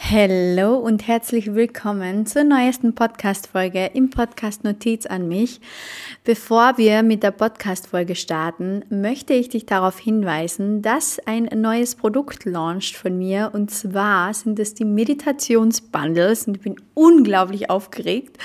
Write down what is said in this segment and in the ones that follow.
Hallo und herzlich willkommen zur neuesten Podcast-Folge im Podcast Notiz an mich. Bevor wir mit der Podcast-Folge starten, möchte ich dich darauf hinweisen, dass ein neues Produkt launcht von mir, und zwar sind es die Meditationsbundles, und ich bin unglaublich aufgeregt,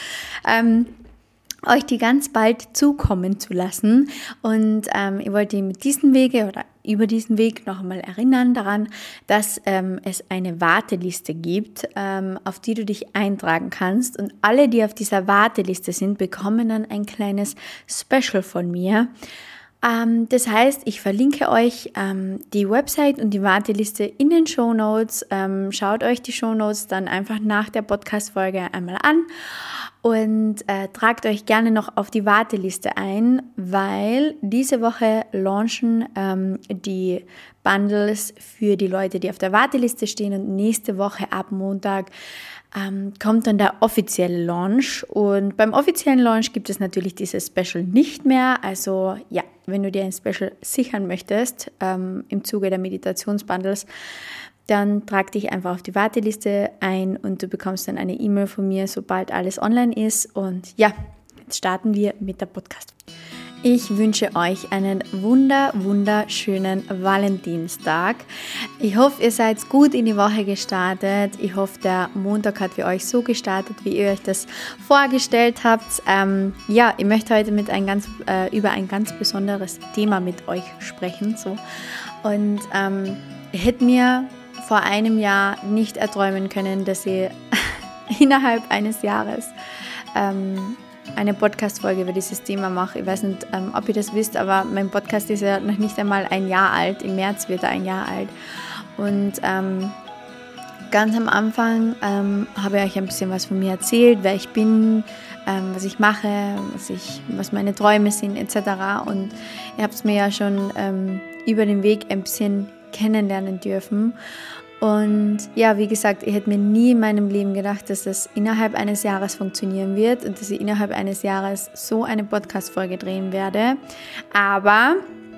euch die ganz bald zukommen zu lassen. Und ich wollte mit diesem Wege oder über diesen Weg noch einmal erinnern daran, dass es eine Warteliste gibt, auf die du dich eintragen kannst. Und alle, die auf dieser Warteliste sind, bekommen dann ein kleines Special von mir. Das heißt, ich verlinke euch die Website und die Warteliste in den Shownotes. Schaut euch die Shownotes dann einfach nach der Podcast-Folge einmal an. Und tragt euch gerne noch auf die Warteliste ein, weil diese Woche launchen die Bundles für die Leute, die auf der Warteliste stehen, und nächste Woche ab Montag kommt dann der offizielle Launch. Und beim offiziellen Launch gibt es natürlich dieses Special nicht mehr. Also ja, wenn du dir ein Special sichern möchtest im Zuge der Meditationsbundles, dann trag dich einfach auf die Warteliste ein und du bekommst dann eine E-Mail von mir, sobald alles online ist. Und ja, jetzt starten wir mit der Podcast. Ich wünsche euch einen wunderschönen Valentinstag. Ich hoffe, ihr seid gut in die Woche gestartet. Ich hoffe, der Montag hat für euch so gestartet, wie ihr euch das vorgestellt habt. Ich möchte heute über ein ganz besonderes Thema mit euch sprechen. Und ich hätte mir vor einem Jahr nicht erträumen können, dass ich innerhalb eines Jahres eine Podcast-Folge über dieses Thema mache. Ich weiß nicht, ob ihr das wisst, aber mein Podcast ist ja noch nicht einmal ein Jahr alt. Im März wird er ein Jahr alt. Und ganz am Anfang habe ich euch ein bisschen was von mir erzählt, wer ich bin, was ich mache, was meine Träume sind etc. Und ihr habt es mir ja schon über den Weg ein bisschen kennenlernen dürfen. Und ja, wie gesagt, ich hätte mir nie in meinem Leben gedacht, dass das innerhalb eines Jahres funktionieren wird und dass ich innerhalb eines Jahres so eine Podcast-Folge drehen werde. Aber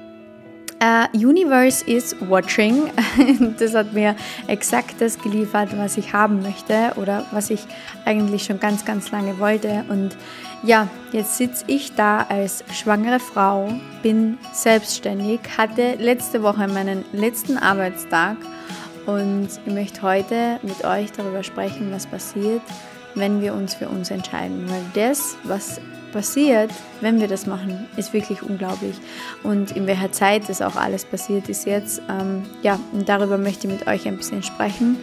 Universe is watching. Das hat mir exakt das geliefert, was ich haben möchte oder was ich eigentlich schon ganz lange wollte. Und ja, jetzt sitze ich da als schwangere Frau, bin selbstständig, hatte letzte Woche meinen letzten Arbeitstag. Und ich möchte heute mit euch darüber sprechen, was passiert, wenn wir uns für uns entscheiden. Weil das, was passiert, wenn wir das machen, ist wirklich unglaublich. Und in welcher Zeit das auch alles passiert ist jetzt. Und darüber möchte ich mit euch ein bisschen sprechen.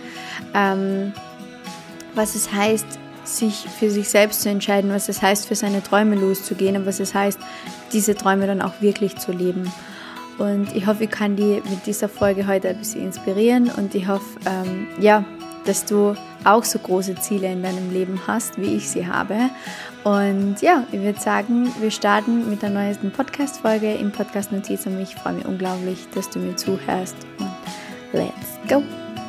Was es heißt, sich für sich selbst zu entscheiden, was es heißt, für seine Träume loszugehen und was es heißt, diese Träume dann auch wirklich zu leben. Und ich hoffe, ich kann die mit dieser Folge heute ein bisschen inspirieren, und ich hoffe, dass du auch so große Ziele in deinem Leben hast, wie ich sie habe. Und ja, ich würde sagen, wir starten mit der neuesten Podcast-Folge im Podcast Notiz, und ich freue mich unglaublich, dass du mir zuhörst, und let's go!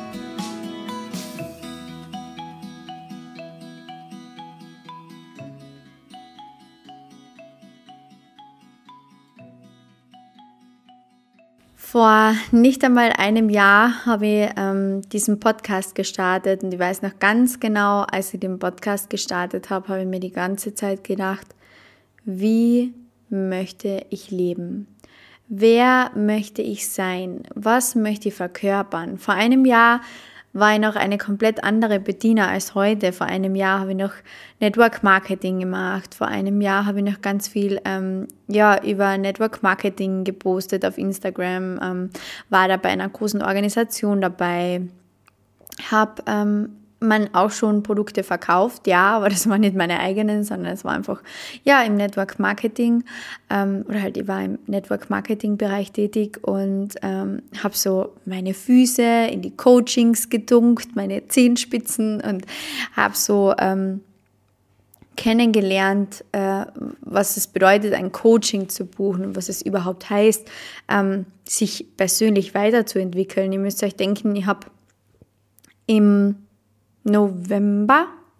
Vor nicht einmal einem Jahr habe ich diesen Podcast gestartet, und ich weiß noch ganz genau, als ich den Podcast gestartet habe ich mir die ganze Zeit gedacht, wie möchte ich leben? Wer möchte ich sein? Was möchte ich verkörpern? Vor einem Jahr war ich noch eine komplett andere Bettina als heute. Vor einem Jahr habe ich noch Network Marketing gemacht. Vor einem Jahr habe ich noch ganz viel über Network Marketing gepostet auf Instagram. War da bei einer großen Organisation dabei. Habe man auch schon Produkte verkauft, ja, aber das waren nicht meine eigenen, sondern es war einfach, im Network Marketing ich war im Network Marketing Bereich tätig und habe so meine Füße in die Coachings gedunkt, meine Zehenspitzen, und habe so kennengelernt, was es bedeutet, ein Coaching zu buchen und was es überhaupt heißt, sich persönlich weiterzuentwickeln. Ihr müsst euch denken, ich habe im November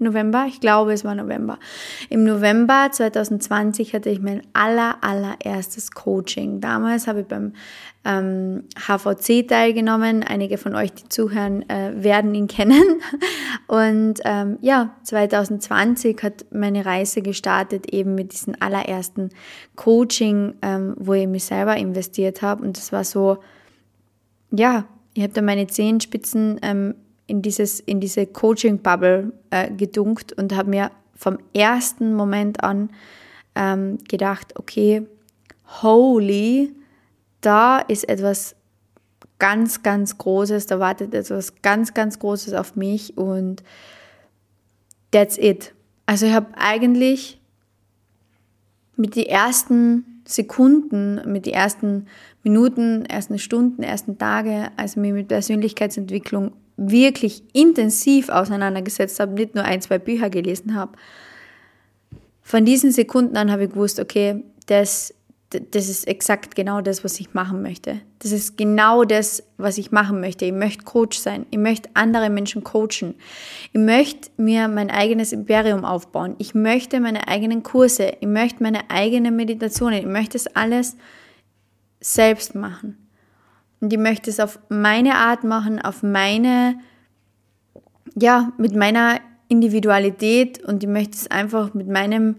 November? Ich glaube, es war November. Im November 2020 hatte ich mein allererstes Coaching. Damals habe ich beim HVC teilgenommen. Einige von euch, die zuhören, werden ihn kennen. Und 2020 hat meine Reise gestartet, eben mit diesem allerersten Coaching, wo ich mich selber investiert habe. Und das war so, ja, ich habe da meine Zehenspitzen in diese Coaching-Bubble gedunkt und habe mir vom ersten Moment an gedacht, okay, holy, da ist etwas ganz, ganz Großes, da wartet etwas ganz, ganz Großes auf mich und that's it. Also ich habe eigentlich mit den ersten Sekunden, mit den ersten Minuten, ersten Stunden, ersten Tage, als ich mich mit Persönlichkeitsentwicklung wirklich intensiv auseinandergesetzt habe, nicht nur 1, 2 Bücher gelesen habe, von diesen Sekunden an habe ich gewusst, okay, das ist exakt genau das, was ich machen möchte. Das ist genau das, was ich machen möchte. Ich möchte Coach sein. Ich möchte andere Menschen coachen. Ich möchte mir mein eigenes Imperium aufbauen. Ich möchte meine eigenen Kurse. Ich möchte meine eigenen Meditationen. Ich möchte es alles selbst machen. Und ich möchte es auf meine Art machen, mit meiner Individualität, und ich möchte es einfach mit meiner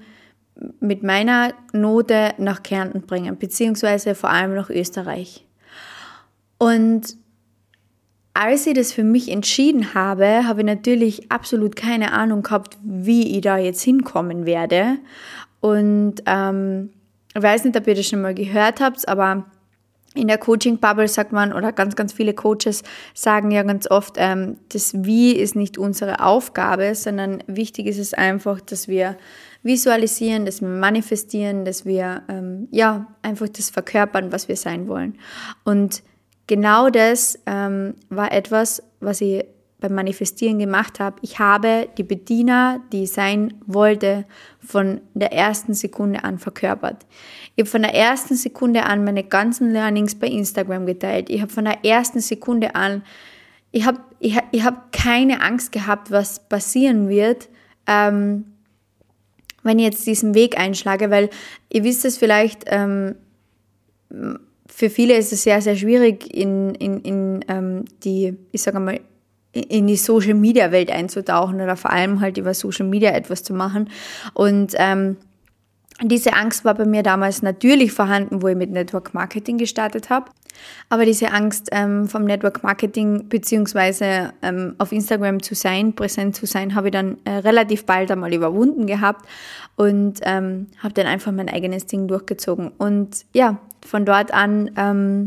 Note nach Kärnten bringen, beziehungsweise vor allem nach Österreich. Und als ich das für mich entschieden habe, habe ich natürlich absolut keine Ahnung gehabt, wie ich da jetzt hinkommen werde. Und ich weiß nicht, ob ihr das schon mal gehört habt, aber in der Coaching-Bubble sagt man, oder ganz, ganz viele Coaches sagen ja ganz oft, das Wie ist nicht unsere Aufgabe, sondern wichtig ist es einfach, dass wir visualisieren, dass wir manifestieren, dass wir einfach das verkörpern, was wir sein wollen. Und genau das war etwas, was ich beim Manifestieren gemacht habe. Ich habe die Bettina, die ich sein wollte, von der ersten Sekunde an verkörpert. Ich habe von der ersten Sekunde an meine ganzen Learnings bei Instagram geteilt. Ich habe von der ersten Sekunde an, ich hab keine Angst gehabt, was passieren wird, wenn ich jetzt diesen Weg einschlage, weil ihr wisst es vielleicht, für viele ist es sehr, sehr schwierig, in die Social-Media-Welt einzutauchen oder vor allem halt über Social Media etwas zu machen. Und diese Angst war bei mir damals natürlich vorhanden, wo ich mit Network Marketing gestartet habe. Aber diese Angst vom Network Marketing beziehungsweise auf Instagram zu sein, präsent zu sein, habe ich dann relativ bald einmal überwunden gehabt und habe dann einfach mein eigenes Ding durchgezogen. Und ja, von dort an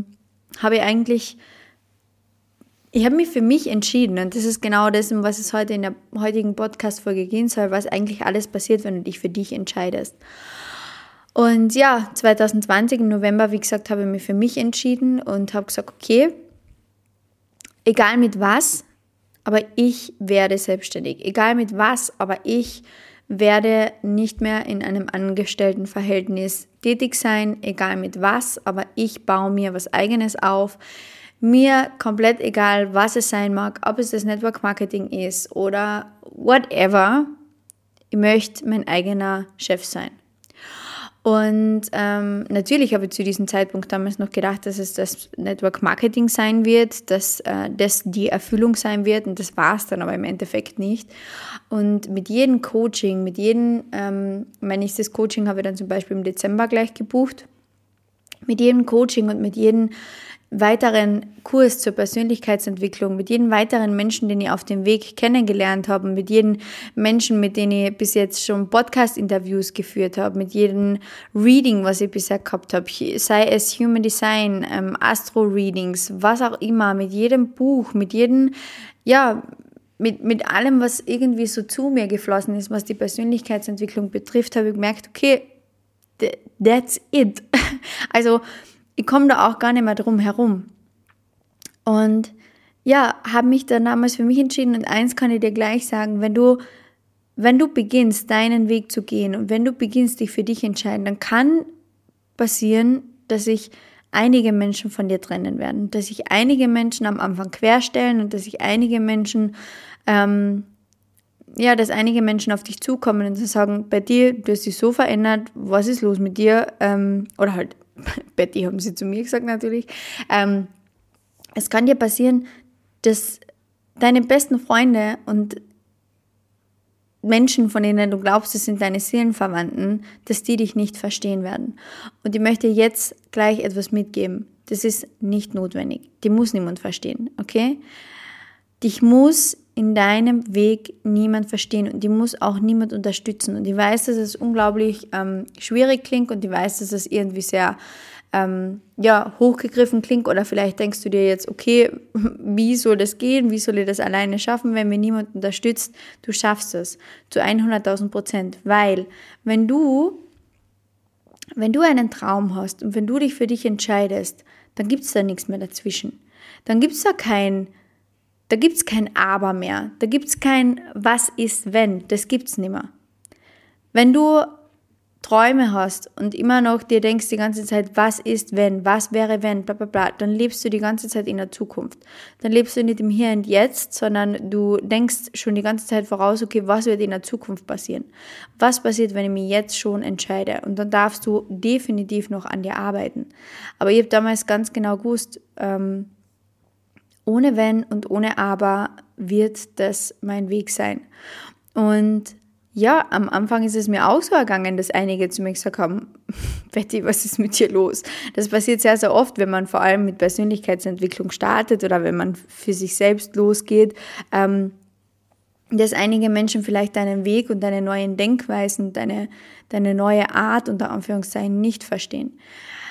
ich habe mich für mich entschieden, und das ist genau das, um was es heute in der heutigen Podcast-Folge gehen soll, was eigentlich alles passiert, wenn du dich für dich entscheidest. Und ja, 2020 im November, wie gesagt, habe ich mich für mich entschieden und habe gesagt, okay, egal mit was, aber ich werde selbstständig. Egal mit was, aber ich werde nicht mehr in einem Angestelltenverhältnis tätig sein. Egal mit was, aber ich baue mir was Eigenes auf. Mir komplett egal, was es sein mag, ob es das Network Marketing ist oder whatever. Ich möchte mein eigener Chef sein. Und natürlich habe ich zu diesem Zeitpunkt damals noch gedacht, dass es das Network Marketing sein wird, dass das die Erfüllung sein wird, und das war es dann aber im Endeffekt nicht. Und mit jedem Coaching, mein nächstes Coaching habe ich dann zum Beispiel im Dezember gleich gebucht, mit jedem Coaching und mit jedem weiteren Kurs zur Persönlichkeitsentwicklung, mit jedem weiteren Menschen, den ich auf dem Weg kennengelernt habe, mit jedem Menschen, mit denen ich bis jetzt schon Podcast-Interviews geführt habe, mit jedem Reading, was ich bisher gehabt habe, sei es Human Design, Astro-Readings, was auch immer, mit jedem Buch, mit allem, was irgendwie so zu mir geflossen ist, was die Persönlichkeitsentwicklung betrifft, habe ich gemerkt, okay, that's it. Also ich komme da auch gar nicht mehr drum herum. Und ja, habe mich dann damals für mich entschieden, und eins kann ich dir gleich sagen, wenn du beginnst, deinen Weg zu gehen und wenn du beginnst, dich für dich entscheiden, dann kann passieren, dass sich einige Menschen von dir trennen werden, dass sich einige Menschen am Anfang querstellen und dass sich einige Menschen dass einige Menschen auf dich zukommen und sagen, bei dir, du hast dich so verändert, was ist los mit dir? Oder halt, bei dir haben sie zu mir gesagt natürlich. Es kann dir passieren, dass deine besten Freunde und Menschen, von denen du glaubst, es sind deine Seelenverwandten, dass die dich nicht verstehen werden. Und ich möchte jetzt gleich etwas mitgeben. Das ist nicht notwendig. Die muss niemand verstehen, okay? Dich muss in deinem Weg niemand verstehen und die muss auch niemand unterstützen. Und ich weiß, dass es unglaublich schwierig klingt und ich weiß, dass es irgendwie sehr hochgegriffen klingt oder vielleicht denkst du dir jetzt, okay, wie soll das gehen? Wie soll ich das alleine schaffen, wenn mir niemand unterstützt? Du schaffst es zu 100.000%, weil wenn du einen Traum hast und wenn du dich für dich entscheidest, dann gibt es da nichts mehr dazwischen. Dann gibt es kein Aber mehr. Da gibt es kein Was ist wenn. Das gibt es nicht mehr. Wenn du Träume hast und immer noch dir denkst die ganze Zeit, was ist wenn, was wäre wenn, bla bla bla, dann lebst du die ganze Zeit in der Zukunft. Dann lebst du nicht im Hier und Jetzt, sondern du denkst schon die ganze Zeit voraus, okay, was wird in der Zukunft passieren? Was passiert, wenn ich mich jetzt schon entscheide? Und dann darfst du definitiv noch an dir arbeiten. Aber ich habe damals ganz genau gewusst, ohne Wenn und ohne Aber wird das mein Weg sein. Und ja, am Anfang ist es mir auch so ergangen, dass einige zu mir gesagt haben, Betty, was ist mit dir los? Das passiert sehr, sehr oft, wenn man vor allem mit Persönlichkeitsentwicklung startet oder wenn man für sich selbst losgeht, dass einige Menschen vielleicht deinen Weg und deine neuen Denkweisen, deine neue Art unter Anführungszeichen nicht verstehen.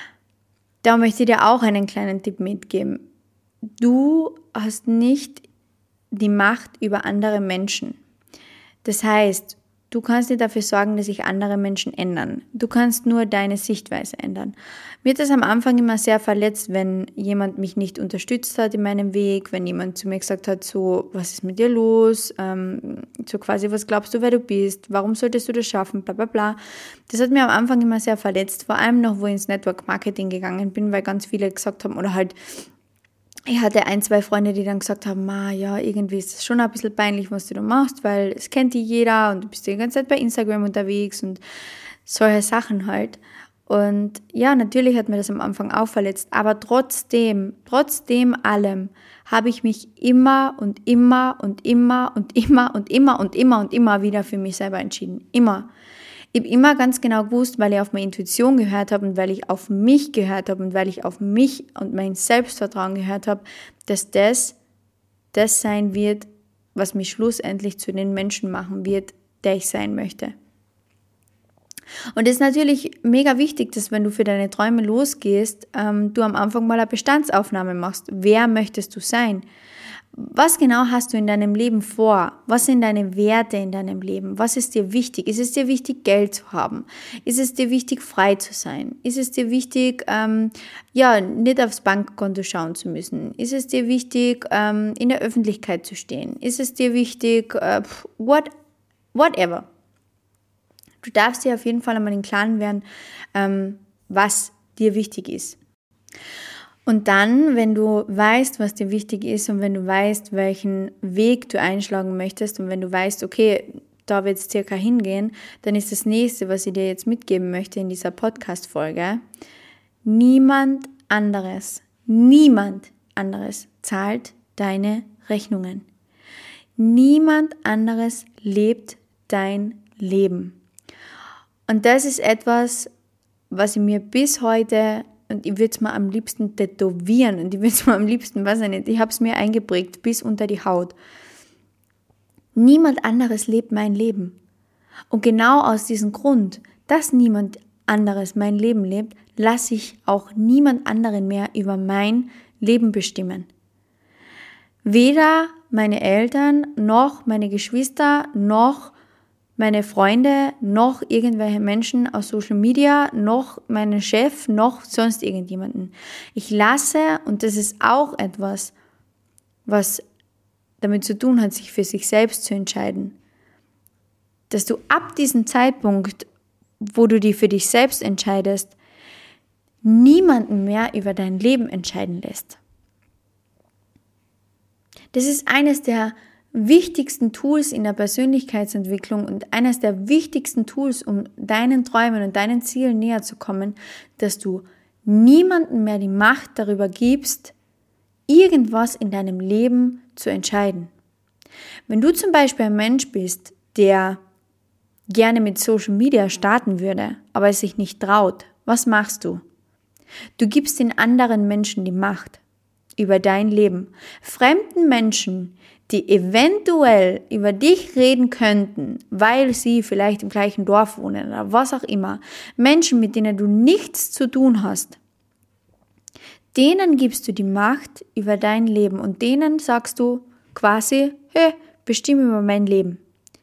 Da möchte ich dir auch einen kleinen Tipp mitgeben. Du hast nicht die Macht über andere Menschen. Das heißt, du kannst nicht dafür sorgen, dass sich andere Menschen ändern. Du kannst nur deine Sichtweise ändern. Mir hat das am Anfang immer sehr verletzt, wenn jemand mich nicht unterstützt hat in meinem Weg, wenn jemand zu mir gesagt hat, so, was ist mit dir los? So quasi, was glaubst du, wer du bist? Warum solltest du das schaffen? Bla bla bla. Das hat mir am Anfang immer sehr verletzt, vor allem noch, wo ich ins Network Marketing gegangen bin, weil ganz viele gesagt haben, oder halt, ich hatte 1, 2 Freunde, die dann gesagt haben, irgendwie ist es schon ein bisschen peinlich, was du da machst, weil es kennt dich jeder und du bist die ganze Zeit bei Instagram unterwegs und solche Sachen halt. Und ja, natürlich hat mir das am Anfang auch verletzt, aber trotzdem allem habe ich mich immer und immer und immer und immer und immer und immer und immer wieder für mich selber entschieden. Immer. Ich habe immer ganz genau gewusst, weil ich auf meine Intuition gehört habe und weil ich auf mich gehört habe und weil ich auf mich und mein Selbstvertrauen gehört habe, dass das sein wird, was mich schlussendlich zu den Menschen machen wird, der ich sein möchte. Und es ist natürlich mega wichtig, dass wenn du für deine Träume losgehst, du am Anfang mal eine Bestandsaufnahme machst. Wer möchtest du sein? Was genau hast du in deinem Leben vor? Was sind deine Werte in deinem Leben? Was ist dir wichtig? Ist es dir wichtig, Geld zu haben? Ist es dir wichtig, frei zu sein? Ist es dir wichtig, nicht aufs Bankkonto schauen zu müssen? Ist es dir wichtig, in der Öffentlichkeit zu stehen? Ist es dir wichtig, whatever? Du darfst dir auf jeden Fall einmal im Klaren werden, was dir wichtig ist. Und dann, wenn du weißt, was dir wichtig ist und wenn du weißt, welchen Weg du einschlagen möchtest und wenn du weißt, okay, da wird es circa hingehen, dann ist das nächste, was ich dir jetzt mitgeben möchte in dieser Podcast-Folge, niemand anderes zahlt deine Rechnungen. Niemand anderes lebt dein Leben. Und das ist etwas, was ich mir bis heute, und ich würde es mir am liebsten tätowieren und ich würde es mir am liebsten, weiß ich nicht, ich habe es mir eingeprägt bis unter die Haut. Niemand anderes lebt mein Leben. Und genau aus diesem Grund, dass niemand anderes mein Leben lebt, lasse ich auch niemand anderen mehr über mein Leben bestimmen. Weder meine Eltern, noch meine Geschwister, noch meine Freunde, noch irgendwelche Menschen aus Social Media, noch meinen Chef, noch sonst irgendjemanden. Ich lasse, und das ist auch etwas, was damit zu tun hat, sich für sich selbst zu entscheiden, dass du ab diesem Zeitpunkt, wo du dich für dich selbst entscheidest, niemanden mehr über dein Leben entscheiden lässt. Das ist eines der wichtigsten Tools in der Persönlichkeitsentwicklung und eines der wichtigsten Tools, um deinen Träumen und deinen Zielen näher zu kommen, dass du niemandem mehr die Macht darüber gibst, irgendwas in deinem Leben zu entscheiden. Wenn du zum Beispiel ein Mensch bist, der gerne mit Social Media starten würde, aber es sich nicht traut, was machst du? Du gibst den anderen Menschen die Macht über dein Leben. Fremden Menschen, die eventuell über dich reden könnten, weil sie vielleicht im gleichen Dorf wohnen oder was auch immer. Menschen, mit denen du nichts zu tun hast. Denen gibst du die Macht über dein Leben und denen sagst du quasi, hey, bestimme über mein Leben.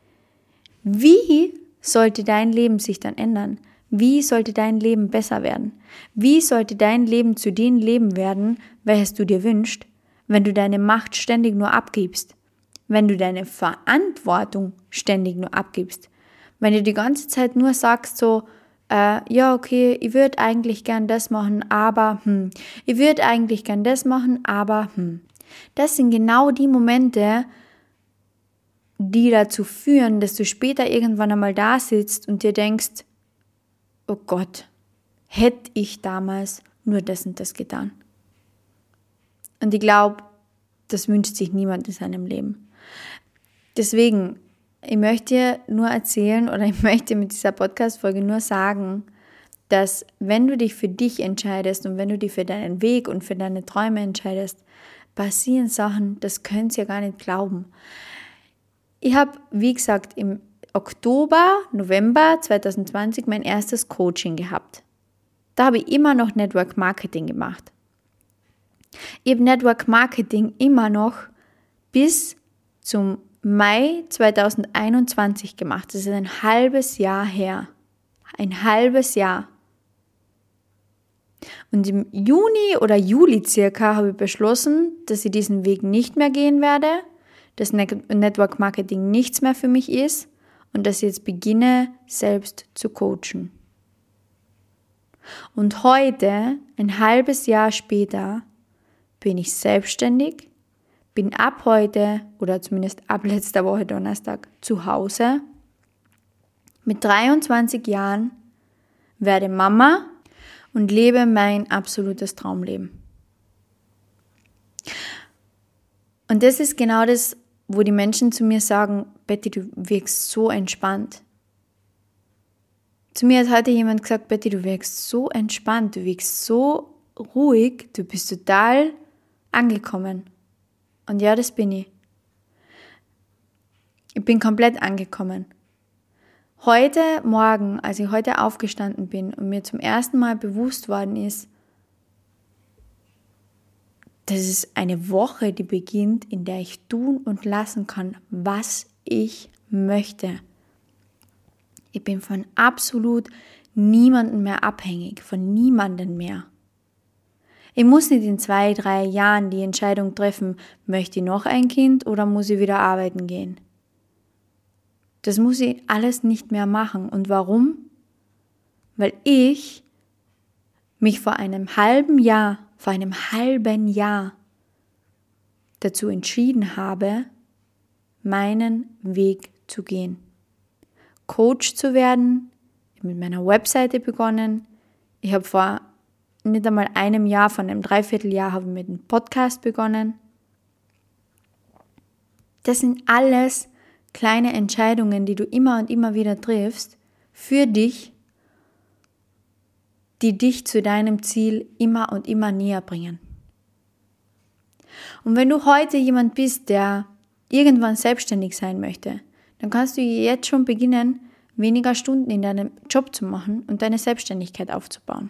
Wie sollte dein Leben sich dann ändern? Wie sollte dein Leben besser werden? Wie sollte dein Leben zu dem Leben werden, welches du dir wünschst, wenn du deine Macht ständig nur abgibst? Wenn du deine Verantwortung ständig nur abgibst? Wenn du die ganze Zeit nur sagst so, ja okay, ich würde eigentlich gern das machen, aber ich würde eigentlich gern das machen, aber Das sind genau die Momente, die dazu führen, dass du später irgendwann einmal da sitzt und dir denkst, oh Gott, hätte ich damals nur das und das getan. Und ich glaube, das wünscht sich niemand in seinem Leben. Deswegen, ich möchte dir nur erzählen oder ich möchte mit dieser Podcast-Folge nur sagen, dass wenn du dich für dich entscheidest und wenn du dich für deinen Weg und für deine Träume entscheidest, passieren Sachen, das könnt ihr gar nicht glauben. Ich habe, wie gesagt, im November 2020 mein erstes Coaching gehabt. Da habe ich immer noch Network Marketing gemacht. Ich habe Network Marketing immer noch bis zum Mai 2021 gemacht. Das ist ein halbes Jahr her. Ein halbes Jahr. Und im Juni oder Juli circa habe ich beschlossen, dass ich diesen Weg nicht mehr gehen werde, dass Network Marketing nichts mehr für mich ist und dass ich jetzt beginne, selbst zu coachen. Und heute, ein halbes Jahr später, bin ich selbstständig, bin ab heute oder zumindest ab letzter Woche Donnerstag zu Hause. Mit 23 Jahren werde Mama und lebe mein absolutes Traumleben. Und das ist genau das, wo die Menschen zu mir sagen, Betty, du wirkst so entspannt. Zu mir hat heute jemand gesagt, Betty, du wirkst so entspannt, du wirkst so ruhig, du bist total angekommen. Und ja, das bin ich. Ich bin komplett angekommen. Heute Morgen, als ich heute aufgestanden bin und mir zum ersten Mal bewusst worden ist, das ist eine Woche, die beginnt, in der ich tun und lassen kann, was ich möchte. Ich bin von absolut niemandem mehr abhängig, von niemandem mehr. Ich muss nicht in 2-3 Jahren die Entscheidung treffen, möchte ich noch ein Kind oder muss ich wieder arbeiten gehen. Das muss ich alles nicht mehr machen. Und warum? Weil ich mich vor einem halben Jahr dazu entschieden habe, meinen Weg zu gehen. Coach zu werden, ich habe mit meiner Webseite begonnen, ich habe vor nicht einmal einem Jahr, von einem Dreivierteljahr habe ich mit einem Podcast begonnen. Das sind alles kleine Entscheidungen, die du immer und immer wieder triffst, für dich, die dich zu deinem Ziel immer und immer näher bringen. Und wenn du heute jemand bist, der irgendwann selbstständig sein möchte, dann kannst du jetzt schon beginnen, weniger Stunden in deinem Job zu machen und deine Selbstständigkeit aufzubauen.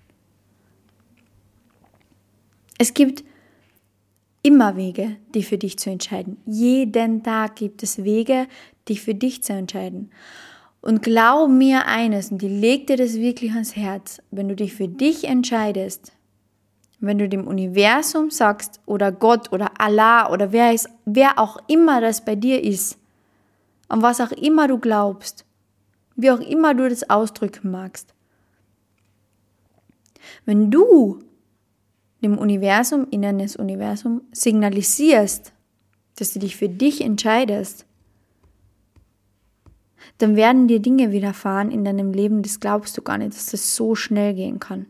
Es gibt immer Wege, dich für dich zu entscheiden. Jeden Tag gibt es Wege, dich für dich zu entscheiden. Und glaub mir eines, und ich leg dir das wirklich ans Herz, wenn du dich für dich entscheidest, wenn du dem Universum sagst oder Gott oder Allah oder wer auch immer das bei dir ist, an was auch immer du glaubst, wie auch immer du das ausdrücken magst, wenn du dem Universum, ich nenne es Universum, signalisierst, dass du dich für dich entscheidest, dann werden dir Dinge widerfahren in deinem Leben, das glaubst du gar nicht, dass das so schnell gehen kann.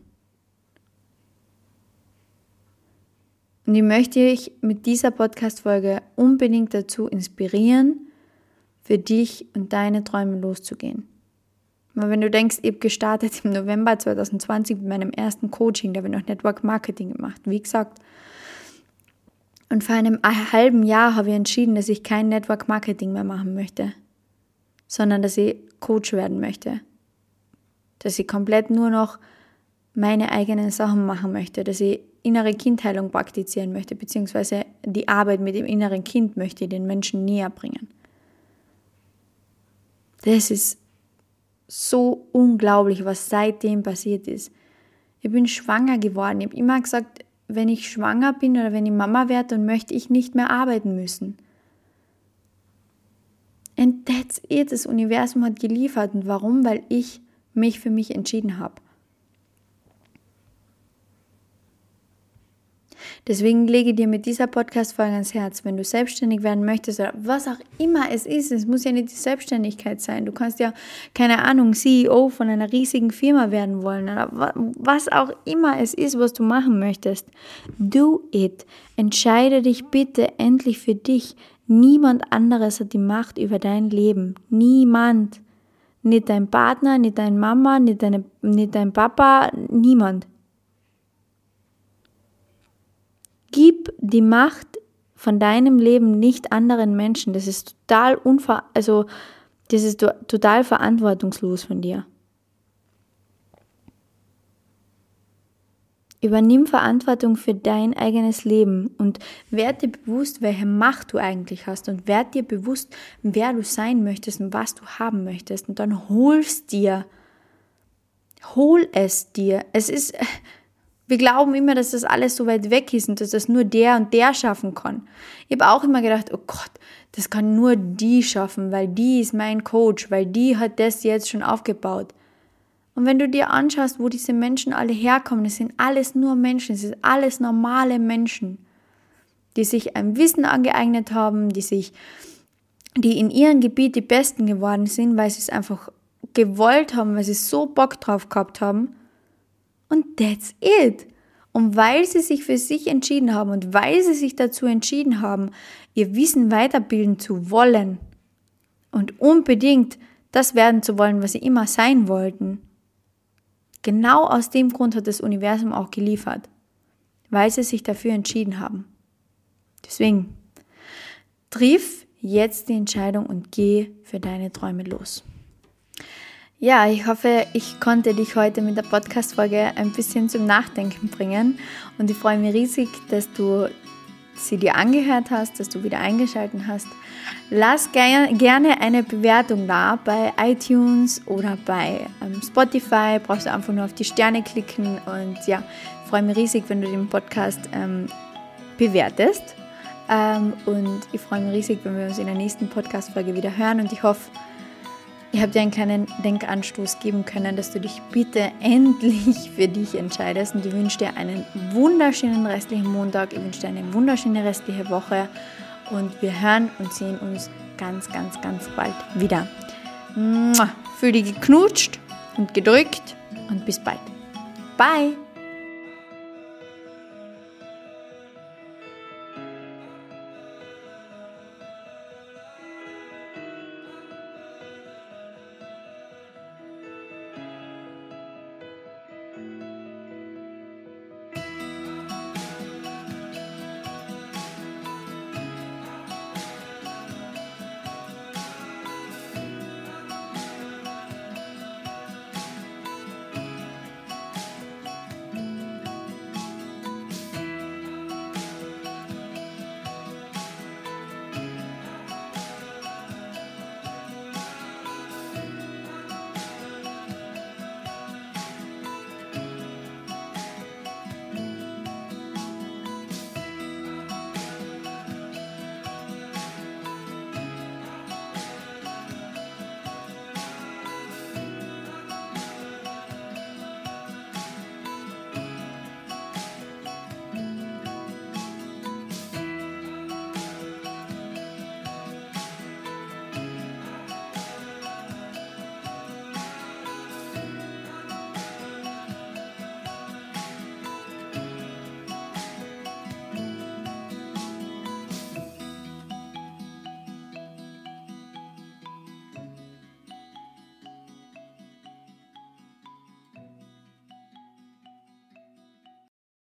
Und ich möchte dich mit dieser Podcast-Folge unbedingt dazu inspirieren, für dich und deine Träume loszugehen. Weil wenn du denkst, ich habe gestartet im November 2020 mit meinem ersten Coaching, da habe ich noch Network Marketing gemacht, wie gesagt. Und vor einem halben Jahr habe ich entschieden, dass ich kein Network Marketing mehr machen möchte, sondern dass ich Coach werden möchte. Dass ich komplett nur noch meine eigenen Sachen machen möchte, dass ich innere Kindheilung praktizieren möchte, beziehungsweise die Arbeit mit dem inneren Kind möchte ich den Menschen näher bringen. Das ist so unglaublich, was seitdem passiert ist. Ich bin schwanger geworden. Ich habe immer gesagt, wenn ich schwanger bin oder wenn ich Mama werde, dann möchte ich nicht mehr arbeiten müssen. And that's it. Das Universum hat geliefert. Und warum? Weil ich mich für mich entschieden habe. Deswegen lege ich dir mit dieser Podcast-Folge ans Herz, wenn du selbstständig werden möchtest oder was auch immer es ist, es muss ja nicht die Selbstständigkeit sein. Du kannst ja, keine Ahnung, CEO von einer riesigen Firma werden wollen oder was auch immer es ist, was du machen möchtest. Do it. Entscheide dich bitte endlich für dich. Niemand anderes hat die Macht über dein Leben. Niemand. Nicht dein Partner, nicht deine Mama, nicht dein Papa, niemand. Gib die Macht von deinem Leben nicht anderen Menschen. Das ist total verantwortungslos von dir. Übernimm Verantwortung für dein eigenes Leben und werd dir bewusst, welche Macht du eigentlich hast und werd dir bewusst, wer du sein möchtest und was du haben möchtest und dann hol es dir. Wir glauben immer, dass das alles so weit weg ist und dass das nur der und der schaffen kann. Ich habe auch immer gedacht, oh Gott, das kann nur die schaffen, weil die ist mein Coach, weil die hat das jetzt schon aufgebaut. Und wenn du dir anschaust, wo diese Menschen alle herkommen, das sind alles nur Menschen, das sind alles normale Menschen, die sich ein Wissen angeeignet haben, die in ihrem Gebiet die Besten geworden sind, weil sie es einfach gewollt haben, weil sie so Bock drauf gehabt haben. Und that's it. Und weil sie sich für sich entschieden haben und weil sie sich dazu entschieden haben, ihr Wissen weiterbilden zu wollen und unbedingt das werden zu wollen, was sie immer sein wollten, genau aus dem Grund hat das Universum auch geliefert, weil sie sich dafür entschieden haben. Deswegen, triff jetzt die Entscheidung und geh für deine Träume los. Ja, ich hoffe, ich konnte dich heute mit der Podcast-Folge ein bisschen zum Nachdenken bringen und ich freue mich riesig, dass du sie dir angehört hast, dass du wieder eingeschaltet hast. Lass gerne eine Bewertung da bei iTunes oder bei Spotify. Brauchst du einfach nur auf die Sterne klicken und ja, ich freue mich riesig, wenn du den Podcast bewertest und ich freue mich riesig, wenn wir uns in der nächsten Podcast-Folge wieder hören und ich hoffe, ich habe dir einen kleinen Denkanstoß geben können, dass du dich bitte endlich für dich entscheidest und ich wünsche dir einen wunderschönen restlichen Montag, ich wünsche dir eine wunderschöne restliche Woche und wir hören und sehen uns ganz, ganz, ganz bald wieder. Fühl dich geknutscht und gedrückt und bis bald. Bye!